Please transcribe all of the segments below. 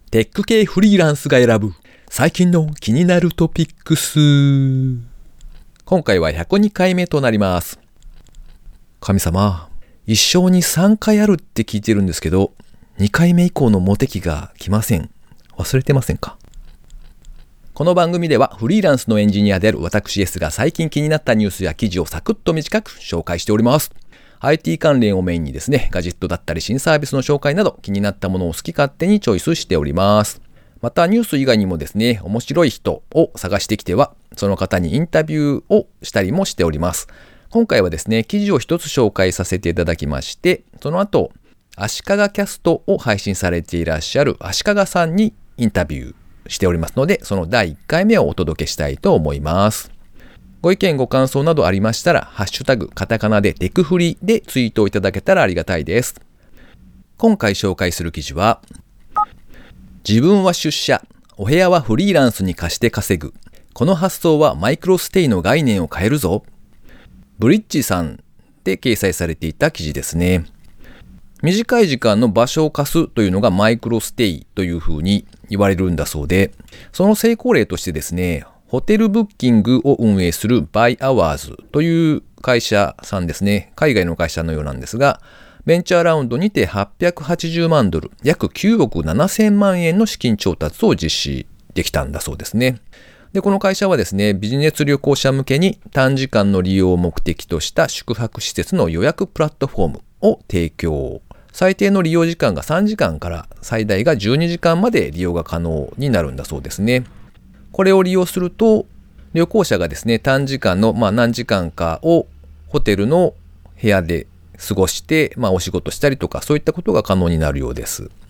テック系フリーランスが選ぶ最近の気になるトピックス。今回は102回目となります。神様、一生に3回あるって聞いてるんですけど、2回目以降のモテ期が来ません。忘れてませんか？この番組ではフリーランスのエンジニアである私 S が最近気になったニュースや記事をサクッと短く紹介しております。IT 関連をメインにですね、ガジェットだったり新サービスの紹介など気になったものを好き勝手にチョイスしております。またニュース以外にもですね、面白い人を探してきては、その方にインタビューをしたりもしております。今回はですね、記事を一つ紹介させていただきまして、その後、足利キャストを配信されていらっしゃる足利さんにインタビューしておりますので、その第1回目をお届けしたいと思います。ご意見ご感想などありましたら、ハッシュタグカタカナでテクフリでツイートをいただけたらありがたいです。今回紹介する記事は、自分は出社、お部屋はフリーランスに貸して稼ぐ。この発想はマイクロステイの概念を変えるぞ。ブリッジさんで掲載されていた記事ですね。短い時間の場所を貸すというのがマイクロステイというふうに言われるんだそうで、その成功例としてですね、ホテルブッキングを運営するバイアワーズという会社さんですね。海外の会社のようなんですが、ベンチャーラウンドにて880万ドル、約9億7000万円の資金調達を実施できたんだそうですね。で、この会社はですね、ビジネス旅行者向けに短時間の利用を目的とした宿泊施設の予約プラットフォームを提供。最低の利用時間が3時間から最大が12時間まで利用が可能になるんだそうですね。これを利用すると、旅行者がですね、短時間の何時間かをホテルの部屋で過ごして、お仕事したりとか、そういったことが可能になるようです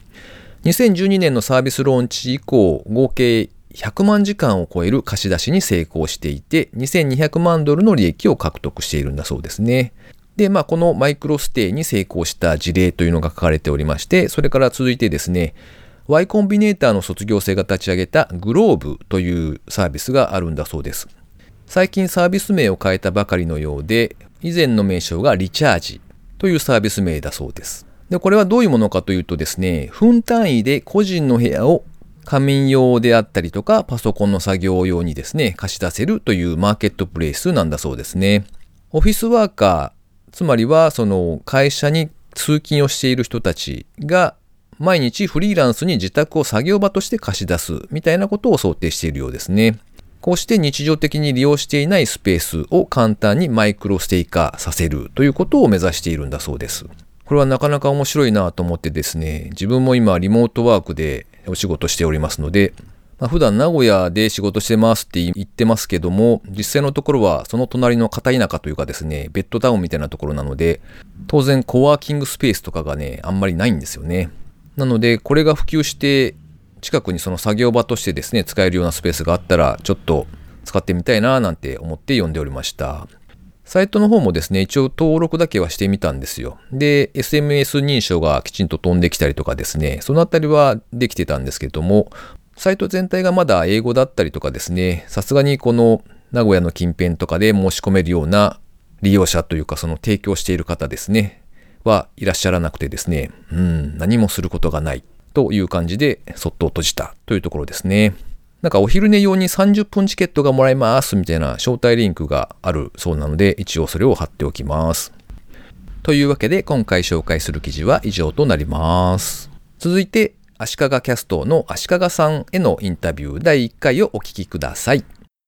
。2012年のサービスローンチ以降、合計100万時間を超える貸し出しに成功していて、2200万ドルの利益を獲得しているんだそうですね。で、このマイクロステイに成功した事例というのが書かれておりまして、それから続いてですね、Y コンビネーターの卒業生が立ち上げたグローブというサービスがあるんだそうです。最近サービス名を変えたばかりのようで、以前の名称がリチャージというサービス名だそうです。で、これはどういうものかというとですね、分単位で個人の部屋を仮眠用であったりとか、パソコンの作業用にですね、貸し出せるというマーケットプレイスなんだそうですね。オフィスワーカー、つまりはその会社に通勤をしている人たちが毎日フリーランスに自宅を作業場として貸し出すみたいなことを想定しているようですね。こうして日常的に利用していないスペースを簡単にマイクロステイ化させるということを目指しているんだそうです。これはなかなか面白いなと思ってですね、自分も今リモートワークでお仕事しておりますので、普段名古屋で仕事してますって言ってますけども、実際のところはその隣の片田舎というかですね、ベッドタウンみたいなところなので、当然コワーキングスペースとかがね、あんまりないんですよね。なので、これが普及して、近くにその作業場としてですね、使えるようなスペースがあったら、ちょっと使ってみたいななんて思って読んでおりました。サイトの方もですね、一応登録だけはしてみたんですよ。で、SMS 認証がきちんと飛んできたりとかですね、そのあたりはできてたんですけども、サイト全体がまだ英語だったりとかですね、さすがにこの名古屋の近辺とかで申し込めるような利用者というかその提供している方ですね、はいらっしゃらなくてですね、何もすることがないという感じでそっと閉じたというところですね。なんかお昼寝用に30分チケットがもらえますみたいな招待リンクがあるそうなので、一応それを貼っておきます。というわけで今回紹介する記事は以上となります。続いて足利キャストの足利さんへのインタビュー第1回をお聞きください。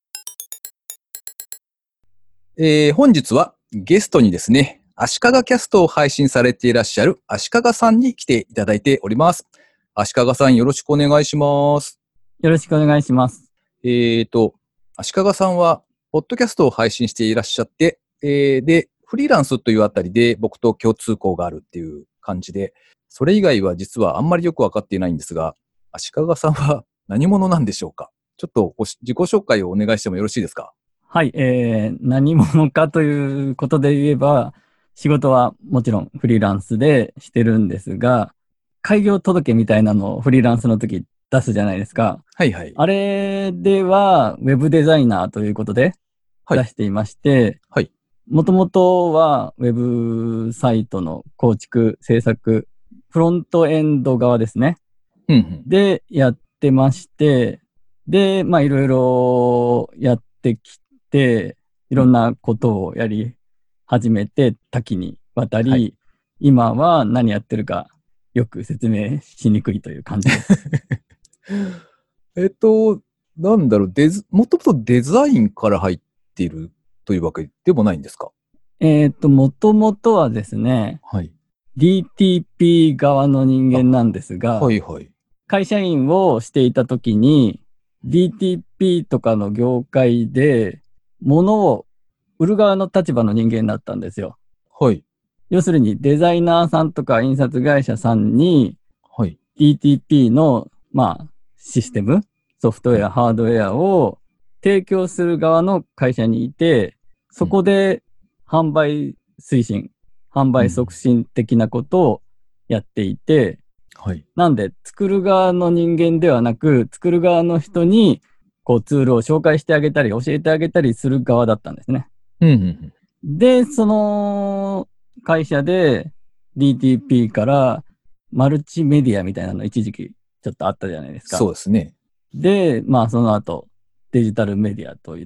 本日はゲストにですね、足利キャストを配信されていらっしゃる足利さんに来ていただいております。足利さんよろしくお願いします。 よろしくお願いします。 足利さんはポッドキャストを配信していらっしゃって、で、フリーランスというあたりで僕と共通項があるっていう感じで、それ以外は実はあんまりよくわかっていないんですが、足利さんは何者なんでしょうか？ちょっと自己紹介をお願いしてもよろしいですか？ はい、何者かということで言えば、仕事はもちろんフリーランスでしてるんですが、開業届みたいなのをフリーランスの時出すじゃないですか。 はいはい。 あれでは、ウェブデザイナーということで出していまして、 はい。 もともとはウェブサイトの構築、制作、フロントエンド側ですね。 うんうん。 でやってまして、で、まあいろいろやってきて、いろんなことをやり始めて多岐にわたり、 はい。 今は何やってるかよく説明しにくいという感じです。 えっと、なんだろう、もともとデザインから入っているというわけでもないんですか？ もともとはですね、 はい。 DTP 側の人間なんですが、 はいはい。 会社員をしていたときに、DTP とかの業界で物を売る側の立場の人間だったんですよ。 はい。 要するにデザイナーさんとか印刷会社さんにはい。 DTP の、まあ、システム、ソフトウェア、 はい。 ハードウェアを提供する側の会社にいて、そこで販売推進、販売促進的なことをやっていて、 はい。 なんで作る側の人間ではなく、作る側の人にこうツールを紹介してあげたり、教えてあげたりする側だったんですね。 うんうんで、その会社で DTP からマルチメディアみたいなの一時期ちょっとあったじゃないですか。 そうですね。 で、まあその後デジタルメディアといって、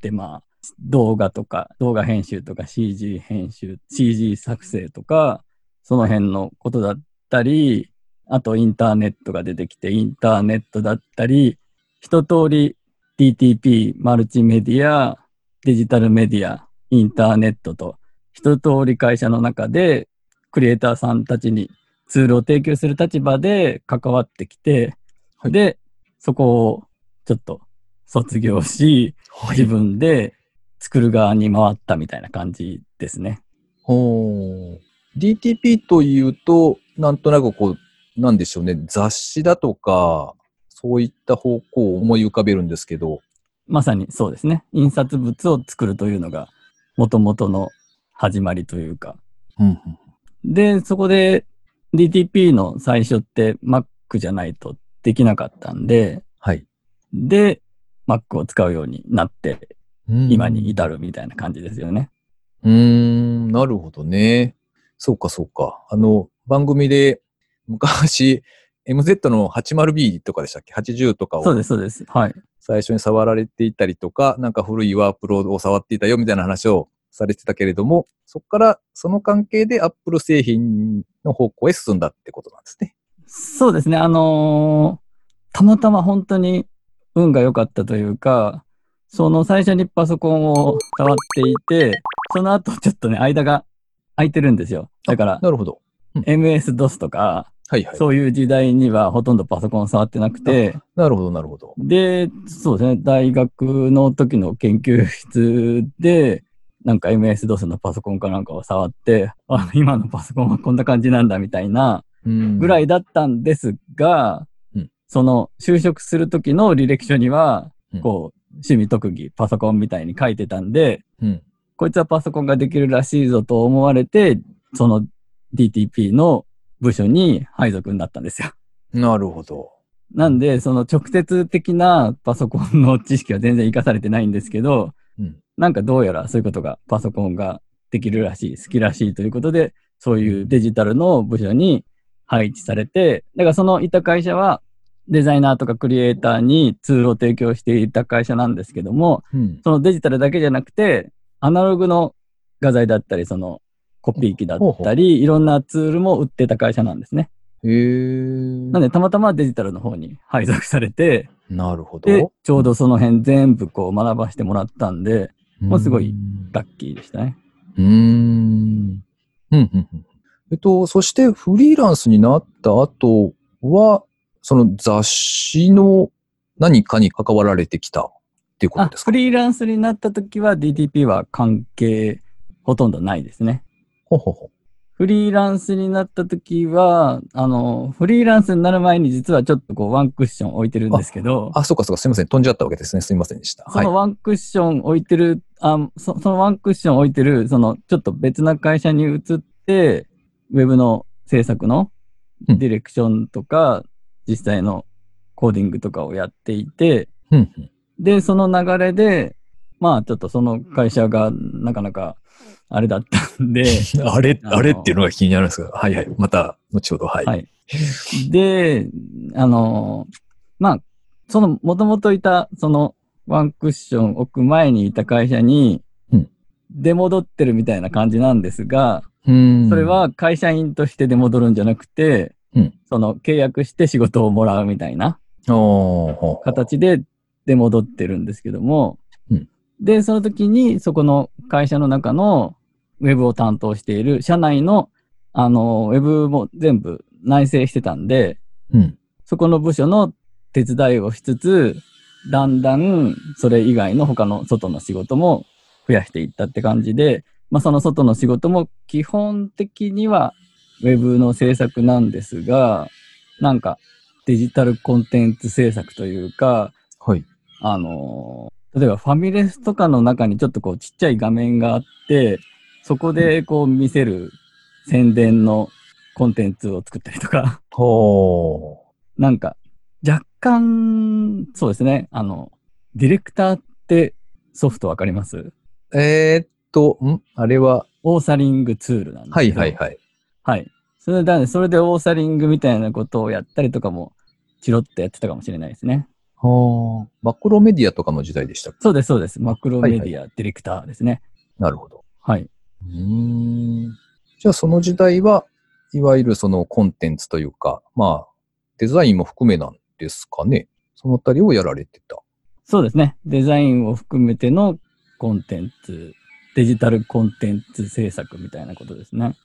まあ動画とか動画編集とか CG 編集、CG 作成とか、その辺のことだったり、あとインターネットが出てきてインターネットだったり、一通り DTP、マルチメディア、デジタルメディア、インターネットと一通り会社の中でクリエイターさんたちにツールを提供する立場で関わってきて、 はいで、そこをちょっと卒業し、 はい自分で作る側に回ったみたいな感じですね。 ほう。DTP というと、なんとなくこう、なんでしょうね、雑誌だとか、そういった方向を思い浮かべるんですけど。 まさにそうですね。印刷物を作るというのが元々の始まりというか。 うんうん、 で、そこで DTP の最初って Mac じゃないとできなかったんで、 はい。 で、Mac を使うようになって、今に至るみたいな感じですよね。 なるほどね。そうか、そうか。番組で昔、MZ の 80B とかでしたっけ？ 80 とかをそうです、そうです。はい。 最初に触られていたりとか、なんか古いワープロを触っていたよみたいな話をされてたけれども、そこからその関係で Apple 製品の方向へ進んだってことなんですね。 そうですね。たまたま本当に運が良かったというか、その最初にパソコンを触っていて、その後ちょっとね、間が空いてるんですよ。だから、 なるほど。 MS-DOS とか、 はいはい。 そういう時代にはほとんどパソコンを触ってなくて、 なるほど、なるほど。 で、そうですね、大学の時の研究室で、なんか MS-DOS のパソコンかなんかを触って、あ、今のパソコンはこんな感じなんだみたいなぐらいだったんですが、その就職する時の履歴書には、こう、趣味特技、パソコンみたいに書いてたんで、こいつはパソコンができるらしいぞと思われて、その DTP の部署に配属になったんですよ。 なるほど。 なんで、その直接的なパソコンの知識は全然活かされてないんですけど、なんかどうやらそういうことがパソコンができるらしい、好きらしいということで、そういうデジタルの部署に配置されて、だからそのいた会社はデザイナーとかクリエイターにツールを提供していた会社なんですけども、そのデジタルだけじゃなくて、アナログの画材だったり、そのコピー機だったり、いろんなツールも売ってた会社なんですね。なんで、たまたまデジタルの方に配属されて、 なるほど。 で、ちょうどその辺全部こう学ばせてもらったんで、もうすごいラッキーでしたね。 そしてフリーランスになった後は、その雑誌の何かに関わられてきたっていうことですか？ フリーランスになった時は DTP は関係ほとんどないですね。フリーランスになった時は、フリーランスになる前に実はちょっとこうワンクッション置いてるんですけど。 そうかそうか、すいません。飛んじゃったわけですね。すいませんでした。 そのワンクッション置いてる、そのワンクッション置いてる、そのちょっと別な会社に移って、ウェブの制作のディレクションとか、実際のコーディングとかをやっていて、で、その流れで、まあちょっとその会社がなかなかあれだったんで。 あれっていうのが気になるんですが、はいはい。また、後ほど、はい。 で、まあ、もともといた、ワンクッション置く前にいた会社にうん、 出戻ってるみたいな感じなんですが、 そそれ、は会社員として出戻るんじゃなくて、 うん。 契約して仕事をもらうみたいなほう。 形で出戻ってるんですけども、 うんで、その時にそこの会社の中のウェブを担当している社内のウェブも全部内製してたんで、 うん。 そこの部署の手伝いをしつつ、だんだんそれ以外の他の外の仕事も増やしていったって感じで、まあその外の仕事も基本的にはウェブの制作なんですが、なんかデジタルコンテンツ制作というか、 はい。 例えばファミレスとかの中にちょっとこうちっちゃい画面があって、そこでこう見せる宣伝のコンテンツを作ったりとか、 ほなんか若干、そうですね、ディレクターってソフトわかります？ う。あれは、 オーサリングツールなんではいすけど、 はいはい。 はい。それでオーサリングみたいなことをやったりとかも、チロッとやってたかもしれないですね。 はあ。マクロメディアとかの時代でしたっけ？ そうです、そうです。マクロはいはい。 メディアディレクターですね。 なるほど。 はい。 じゃあその時代は、いわゆるそのコンテンツというか、まあ、デザインも含めなんですかね。そのあたりをやられてた。 そうですね。デザインを含めてのコンテンツ、デジタルコンテンツ制作みたいなことですね。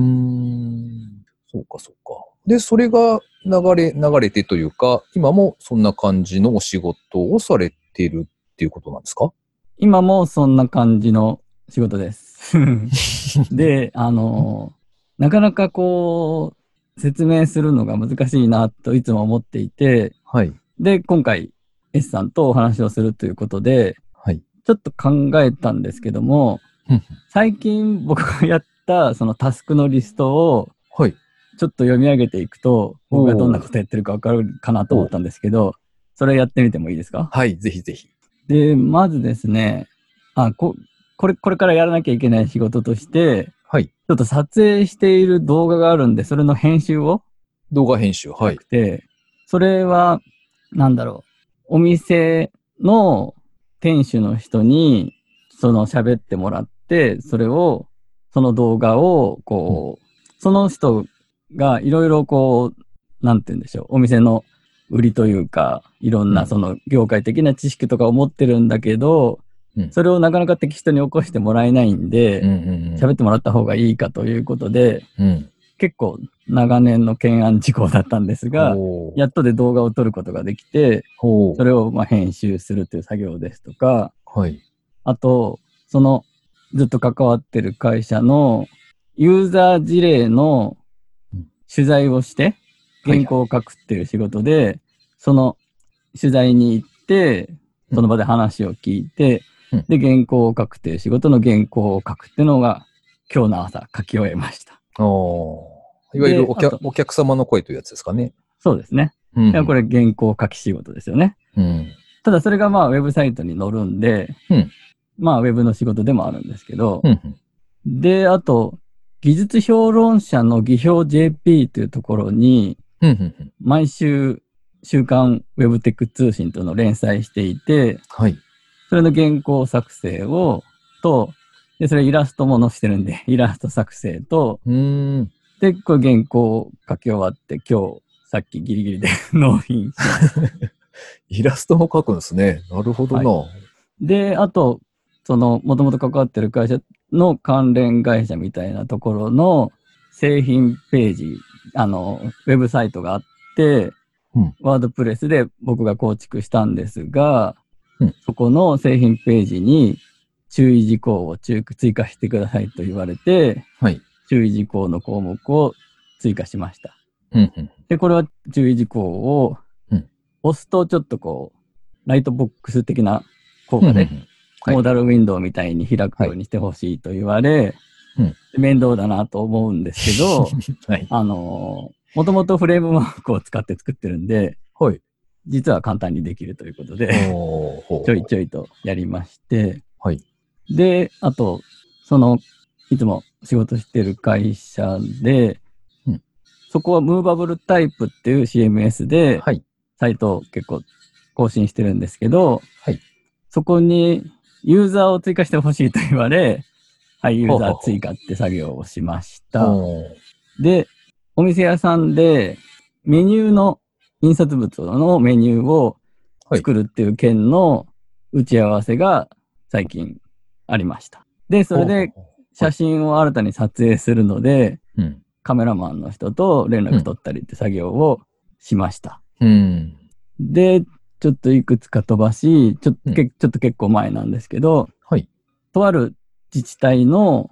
そうかそうか。で、それが流れてというか、今もそんな感じのお仕事をされてるっていうことなんですか？ 今もそんな感じの仕事です。で、なかなかこう、説明するのが難しいなといつも思っていて、 はい。 で、今回 S さんとお話をするということで、 はい。 ちょっと考えたんですけども、最近僕がやったそのタスクのリストをはい。 ちょっと読み上げていくと、僕がどんなことやってるかわかるかなと思ったんですけど、それやってみてもいいですか？ はい、ぜひぜひ。 で、まずですね、これからやらなきゃいけない仕事として、 はい。 ちょっと撮影している動画があるんで、それの編集を動画編集。 したくて、それは、なんだろう、お店の店主の人に、喋ってもらって、その動画を、こう、その人がいろいろこう、なんて言うんでしょう、お店の売りというか、いろんなその業界的な知識とかを持ってるんだけど、それをなかなかテキストに起こしてもらえないんで、喋ってもらった方がいいかということで、結構長年の懸案事項だったんですが、やっとで動画を撮ることができて、それを編集するという作業ですとか、あと、ずっと関わってる会社のユーザー事例の取材をして、原稿を書くっていう仕事で、その取材に行って、その場で話を聞いて、で、原稿を書くっていう仕事の原稿を書くっていうのが、今日の朝書き終えました。 いわゆるお客様の声というやつですかね。 そうですね。これ原稿書き仕事ですよね。ただそれがウェブサイトに載るんで、ウェブの仕事でもあるんですけど、で、あと、技術評論者の技評 JP というところに、毎週、週刊ウェブテック通信というのを連載していて、それの原稿作成で、それイラストも載せてるんで、イラスト作成と、で、これ原稿を書き終わって、今日、さっきギリギリで納品しました。 イラストも書くんですね。なるほどな。 で、あと、もともと関わってる会社の関連会社みたいなところの製品ページ、ウェブサイトがあって、ワードプレスで僕が構築したんですが、そこの製品ページに注意事項を追加してくださいと言われて、注意事項の項目を追加しました。で、これは注意事項を押すとちょっとこう、ライトボックス的な効果で、モーダルウィンドウみたいに開くようにしてほしいと言われ、面倒だなと思うんですけど、もともとフレームワークを使って作ってるんで、実は簡単にできるということで、ちょいちょいとやりまして、で、あと、いつも仕事してる会社で、 そこはムーバブルタイプっていう CMS で、 はい。 サイトを結構更新してるんですけど、 はい。 そこにユーザーを追加してほしいと言われ、はい、ユーザー追加って作業をしました。で、お店屋さんでメニューの印刷物のメニューを作るっていう件の打ち合わせが最近ありました。で、それで写真を新たに撮影するので、カメラマンの人と連絡取ったりって作業をしました。で、ちょっといくつか飛ばし、ちょっと結構前なんですけど、とある自治体の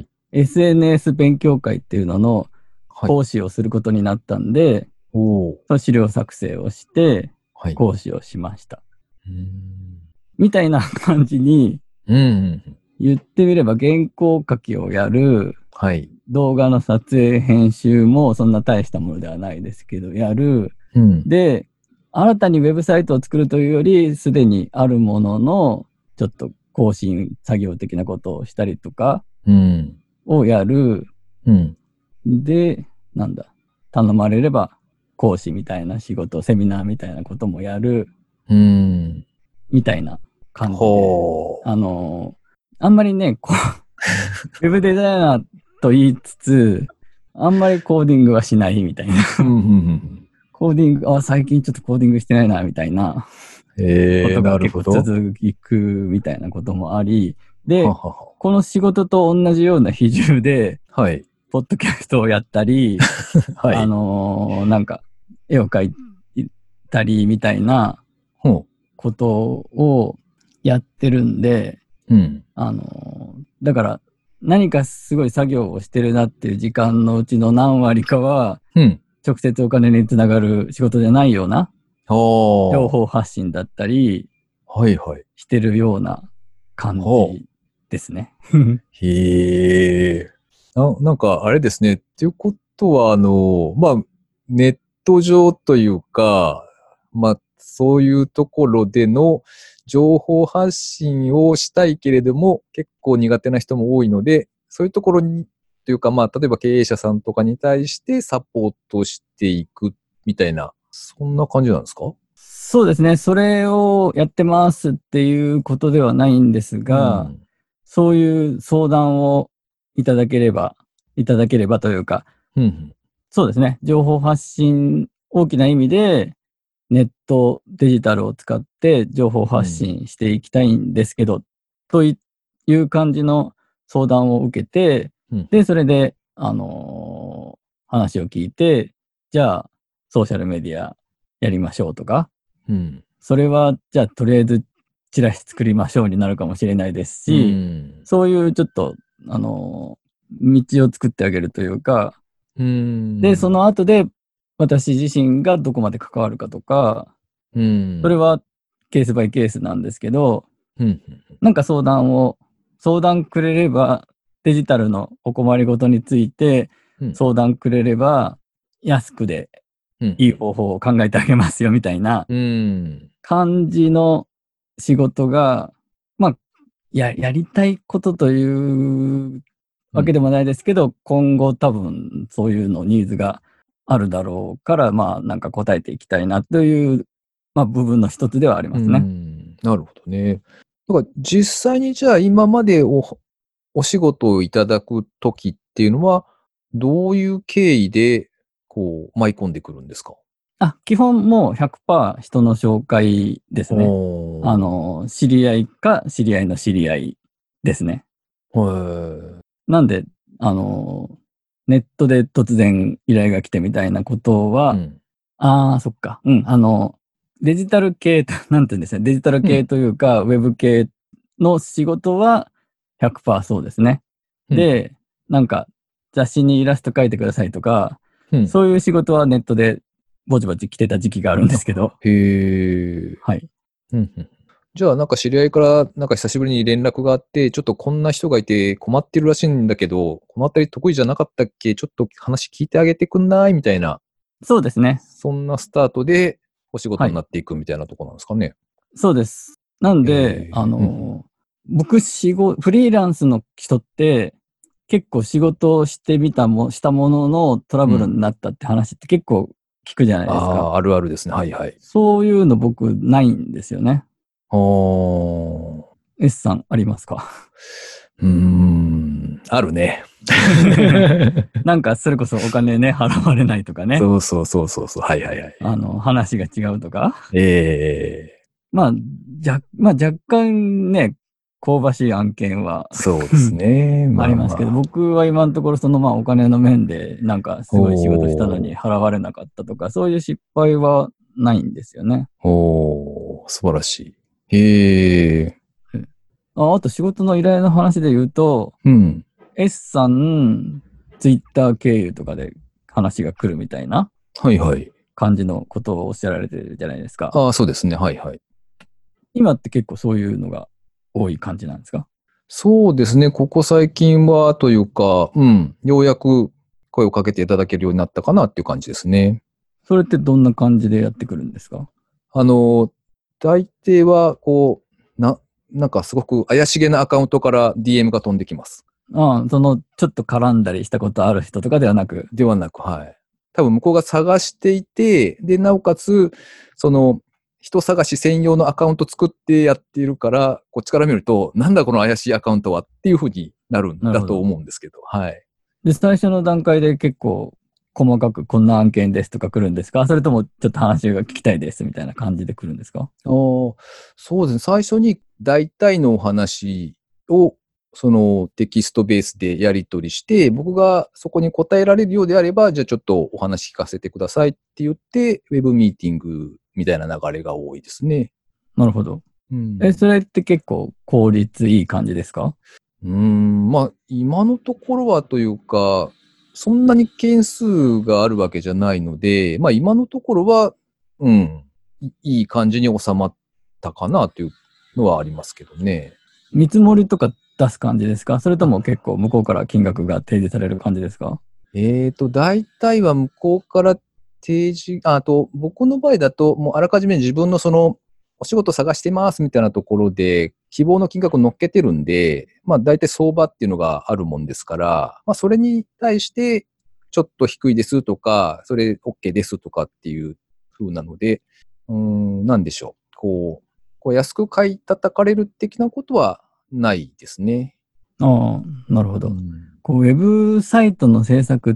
SNS 勉強会っていうのの講師をすることになったんで、その資料作成をして講師をしました。みたいな感じに、言ってみれば原稿書きをやる、動画の撮影編集もそんな大したものではないですけど、やる。で、新たにウェブサイトを作るというより、すでにあるものの、ちょっと更新作業的なことをしたりとかをやる。で、なんだ、頼まれれば講師みたいな仕事、セミナーみたいなこともやる。みたいな感じで。あんまりね、ウェブデザイナーと言いつつ、あんまりコーディングはしないみたいな。コーディング、最近ちょっとコーディングしてないな、みたいなことが結構続くみたいなこともあり、で、この仕事と同じような比重で、ポッドキャストをやったり、なんか、絵を描いたりみたいなことをやってるんで、だから何かすごい作業をしてるなっていう時間のうちの何割かは、直接お金につながる仕事じゃないような情報発信だったりしてるような感じですね。 へえ。なんかあれですね。っていうことは、ネット上というか、そういうところでの情報発信をしたいけれども、結構苦手な人も多いので、そういうところに、というか、例えば経営者さんとかに対してサポートしていくみたいな、そんな感じなんですか？ そうですね。それをやってますっていうことではないんですが、そういう相談をいただければというか、そうですね。情報発信、大きな意味で、ネット、デジタルを使って情報発信していきたいんですけど、という感じの相談を受けて、で、それで、話を聞いて、じゃあ、ソーシャルメディアやりましょうとか、それは、じゃあ、とりあえず、チラシ作りましょうになるかもしれないですし、そういうちょっと、道を作ってあげるというか、で、その後で、私自身がどこまで関わるかとか、それはケースバイケースなんですけど、なんか相談くれれば、デジタルのお困りごとについて相談くれれば、安くでいい方法を考えてあげますよみたいな感じの仕事が、やりたいことというわけでもないですけど、今後多分そういうのニーズがあるだろうから、なんか答えていきたいなという、部分の一つではありますね。 なるほどね。だから実際にじゃあ今までお仕事をいただくときっていうのは、どういう経緯で舞い込んでくるんですか？ 基本もう 100% 人の紹介ですね。知り合いか知り合いの知り合いですね。なんで、ネットで突然依頼が来てみたいなことは、そっか。デジタル系、なんていうんですね。デジタル系というか、ウェブ系の仕事は 100% そうですね。で、なんか、雑誌にイラスト描いてくださいとか、そういう仕事はネットでぼちぼち来てた時期があるんですけど。はい。 じゃあなんか知り合いからなんか久しぶりに連絡があって、ちょっとこんな人がいて困ってるらしいんだけど、このあたり得意じゃなかったっけ？ちょっと話聞いてあげてくんないみたいな。 そうですね。 そんなスタートでお仕事になっていくみたいなところなんですかね。 そうです。なんで、僕フリーランスの人って、 結構仕事をしてみたしたもののトラブルになったって話って結構聞くじゃないですか。 あるあるですね。はいはい。 そういうの僕ないんですよね。 おー。 S さんありますか？ あるね。 なんかそれこそお金ね、払われないとかね。 そうそうそうそうそう。はいはいはい。 話が違うとか。 ええまあ、若干ね、香ばしい案件はそうですね。 ありますけど、 まあまあ。 僕は今のところお金の面でなんかすごい仕事したのにおー、 払われなかったとか、そういう失敗はないんですよね。 おー、素晴らしい。へえ、 あと仕事の依頼の話で言うと、 うん。 S さん、ツイッター経由とかで話が来るみたいなはいはい。 感じのことをおっしゃられてるじゃないですか。 ああ、そうですね。はいはい。 今って結構そういうのが多い感じなんですか？ そうですね。ここ最近はというか、ようやく声をかけていただけるようになったかなっていう感じですね。 それってどんな感じでやってくるんですか？ あの、大抵は、なんかすごく怪しげなアカウントから DM が飛んできます。 ちょっと絡んだりしたことある人とかではなく。 ではなく、はい。多分向こうが探していて、で、なおかつ、その、人探し専用のアカウント作ってやっているから、こっちから見ると、なんだこの怪しいアカウントはっていうふうになるんだとなるほど。 思うんですけど、はい。 で、最初の段階で結構細かくこんな案件ですとか来るんですか？それともちょっと話が聞きたいですみたいな感じで来るんですか？ そうですね。最初に大体のお話を、そのテキストベースでやり取りして、僕がそこに答えられるようであれば、じゃあちょっとお話聞かせてくださいって言って、ウェブミーティングみたいな流れが多いですね。 なるほど。 うん。 それって結構効率いい感じですか？ まあ、今のところはというか、そんなに件数があるわけじゃないので、まあ今のところは、いい感じに収まったかなというのはありますけどね。 見積もりとか出す感じですか？それとも結構向こうから金額が提示される感じですか？ 大体は向こうから提示、僕の場合だと、もうあらかじめ自分のお仕事探してますみたいなところで、希望の金額を乗っけてるんで、まあ大体相場っていうのがあるもんですから、まあそれに対して、ちょっと低いですとか、それ OK ですとかっていう風なので、なんでしょう。こう安く買い叩かれる的なことはないですね。 ああ、なるほど。 うん。 ウェブサイトの制作って、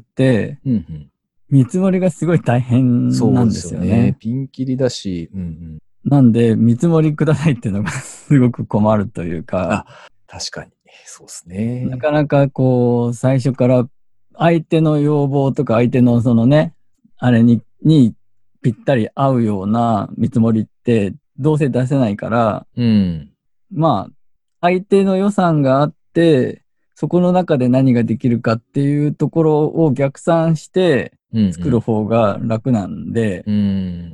うんうん。 見積もりがすごい大変なんでそうですよね。 すよね。 ピンキリだし、 なんで、見積もりくださいっていうのがすごく困るというか、 あ、確かに。そうですね。 なかなか最初から相手の要望とか相手のそのね、あれにぴったり合うような見積もりってどうせ出せないから、 うん。 まあ、相手の予算があって、そこの中で何ができるかっていうところを逆算して作る方が楽なんで、 うん。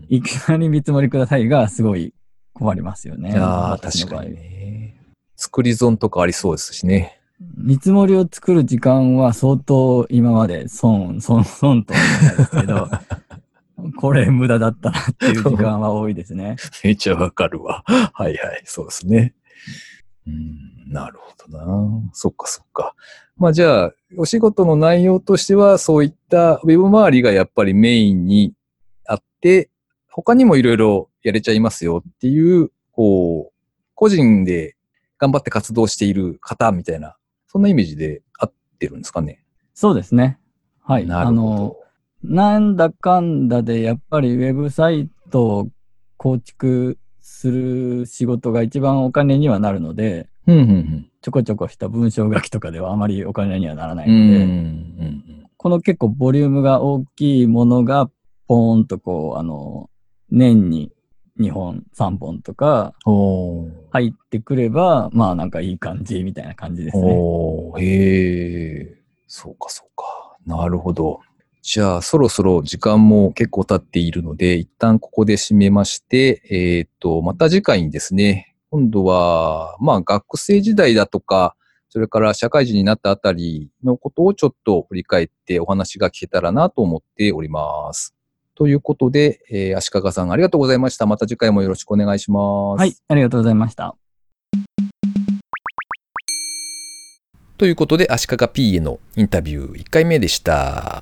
いきなり見積もりくださいがすごい困りますよね。 ああ、 私の場合。 確かにね。作り損とかありそうですしね。 見積もりを作る時間は相当今まで損とは言わないですけど、これ無駄だったなっていう時間は多いですね。 めっちゃわかるわ。はいはい、そうですね。なるほどな。そっかそっか。まあじゃあ、お仕事の内容としては、そういったウェブ周りがやっぱりメインにあって、他にもいろいろやれちゃいますよっていう、個人で頑張って活動している方みたいな、そんなイメージで合ってるんですかね。 そうですね。はい。 なるほど。 なんだかんだでやっぱりウェブサイトを構築する仕事が一番お金にはなるので、ちょこちょこした文章書きとかではあまりお金にはならないので、この結構ボリュームが大きいものがポーンと年に2本、3本とか入ってくれば、まあなんかいい感じみたいな感じですね。 へえ、そうかそうか。なるほど。じゃあ、そろそろ時間も結構経っているので、一旦ここで締めまして、また次回にですね、今度は、まあ、学生時代だとか、それから社会人になったあたりのことをちょっと振り返ってお話が聞けたらなと思っております。ということで、足利さんありがとうございました。また次回もよろしくお願いします。 はい、ありがとうございました。 ということで、足利 P へのインタビュー1回目でした。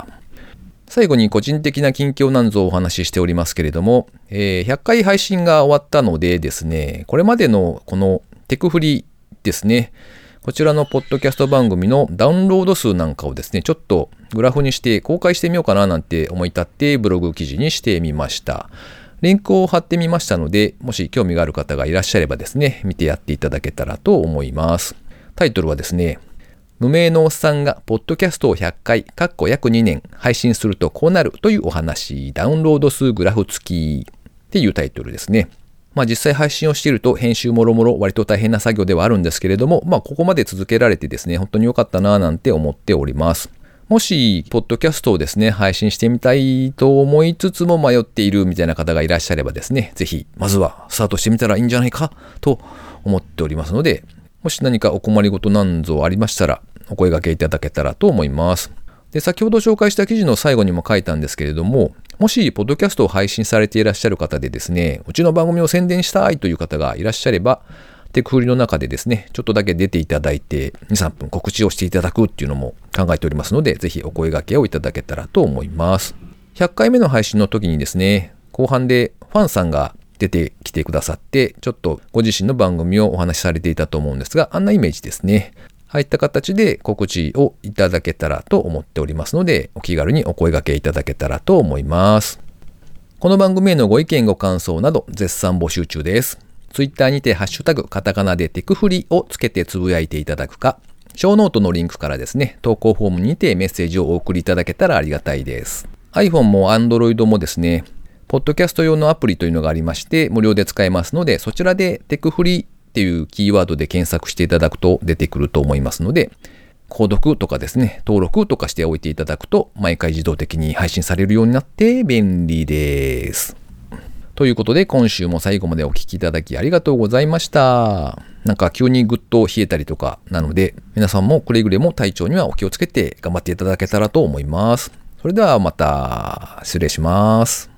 最後に個人的な近況なんぞをお話ししておりますけれども、100回配信が終わったのでですね、これまでのこのテクフリですね、こちらのポッドキャスト番組のダウンロード数なんかをですね、ちょっとグラフにして公開してみようかななんて思い立ってブログ記事にしてみました。リンクを貼ってみましたので、もし興味がある方がいらっしゃればですね、見てやっていただけたらと思います。タイトルはですね、無名のおっさんがポッドキャストを100回、約2年配信するとこうなるというお話、ダウンロード数グラフ付きっていうタイトルですね。実際配信をしていると編集もろもろ割と大変な作業ではあるんですけれども、ここまで続けられてですね、本当に良かったなぁなんて思っております。もし、ポッドキャストをですね、配信してみたいと思いつつも迷っているみたいな方がいらっしゃればですね、ぜひ、まずはスタートしてみたらいいんじゃないかと思っておりますので、もし何かお困りごとなんぞありましたら、お声掛けいただけたらと思います。で、先ほど紹介した記事の最後にも書いたんですけれども、もし、ポッドキャストを配信されていらっしゃる方でですね、うちの番組を宣伝したいという方がいらっしゃれば、テクフリの中でですね、ちょっとだけ出ていただいて、2、3分告知をしていただくっていうのも考えておりますので、ぜひお声掛けをいただけたらと思います。100回目の配信の時にですね、後半でファンさんが出てきてくださって、ちょっとご自身の番組をお話しされていたと思うんですが、あんなイメージですね。入った形で告知をいただけたらと思っておりますので、お気軽にお声掛けいただけたらと思います。この番組へのご意見ご感想など絶賛募集中です。ツイッターにてハッシュタグカタカナでテクフリをつけてつぶやいていただくか、ショーノートのリンクからですね、投稿フォームにてメッセージをお送りいただけたらありがたいです。iPhone も Android もですね、ポッドキャスト用のアプリというのがありまして、無料で使えますので、そちらでテクフリっていうキーワードで検索していただくと出てくると思いますので、購読とかですね、登録とかしておいていただくと、毎回自動的に配信されるようになって便利です。ということで、今週も最後までお聞きいただきありがとうございました。なんか急にぐっと冷えたりとかなので、皆さんもくれぐれも体調にはお気をつけて頑張っていただけたらと思います。それではまた失礼します。